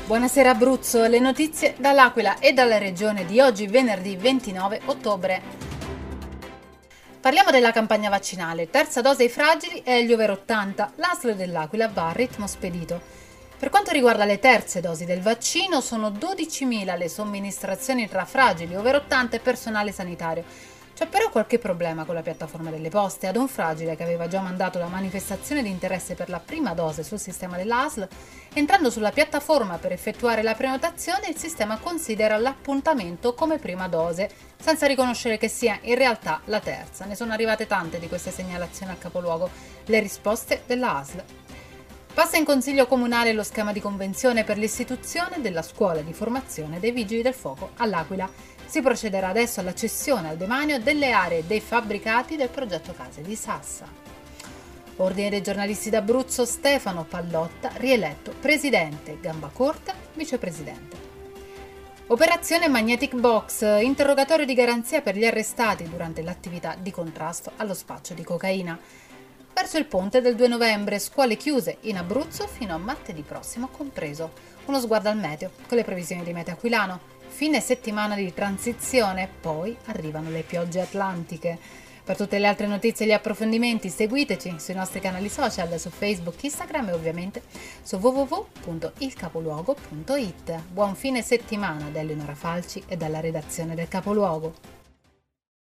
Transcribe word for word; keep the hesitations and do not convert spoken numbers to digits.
Buonasera Abruzzo, le notizie dall'Aquila e dalla regione di oggi venerdì ventinove ottobre. Parliamo della campagna vaccinale, terza dose ai fragili e agli over ottanta, l'A S L dell'Aquila va a ritmo spedito. Per quanto riguarda le terze dosi del vaccino, sono dodicimila le somministrazioni tra fragili, over ottanta e personale sanitario. C'è però qualche problema con la piattaforma delle poste. Ad un fragile che aveva già mandato la manifestazione di interesse per la prima dose sul sistema dell'A S L, entrando sulla piattaforma per effettuare la prenotazione, il sistema considera l'appuntamento come prima dose, senza riconoscere che sia in realtà la terza. Ne sono arrivate tante di queste segnalazioni al capoluogo. Le risposte della A S L. Passa in Consiglio Comunale lo schema di convenzione per l'istituzione della scuola di formazione dei Vigili del Fuoco all'Aquila. Si procederà adesso alla cessione al demanio delle aree e dei fabbricati del progetto Case di Sassa. Ordine dei giornalisti d'Abruzzo, Stefano Pallotta, rieletto presidente, gamba corta, vicepresidente. Operazione Magnetic Box, interrogatorio di garanzia per gli arrestati durante l'attività di contrasto allo spaccio di cocaina. Verso il ponte del due novembre, scuole chiuse in Abruzzo fino a martedì prossimo compreso. Uno sguardo al meteo, con le previsioni di Meteo Aquilano. Fine settimana di transizione, poi arrivano le piogge atlantiche. Per tutte le altre notizie e gli approfondimenti seguiteci sui nostri canali social, su Facebook, Instagram e ovviamente su w w w punto il capoluogo punto it. Buon fine settimana da Eleonora Falci e dalla redazione del Capoluogo.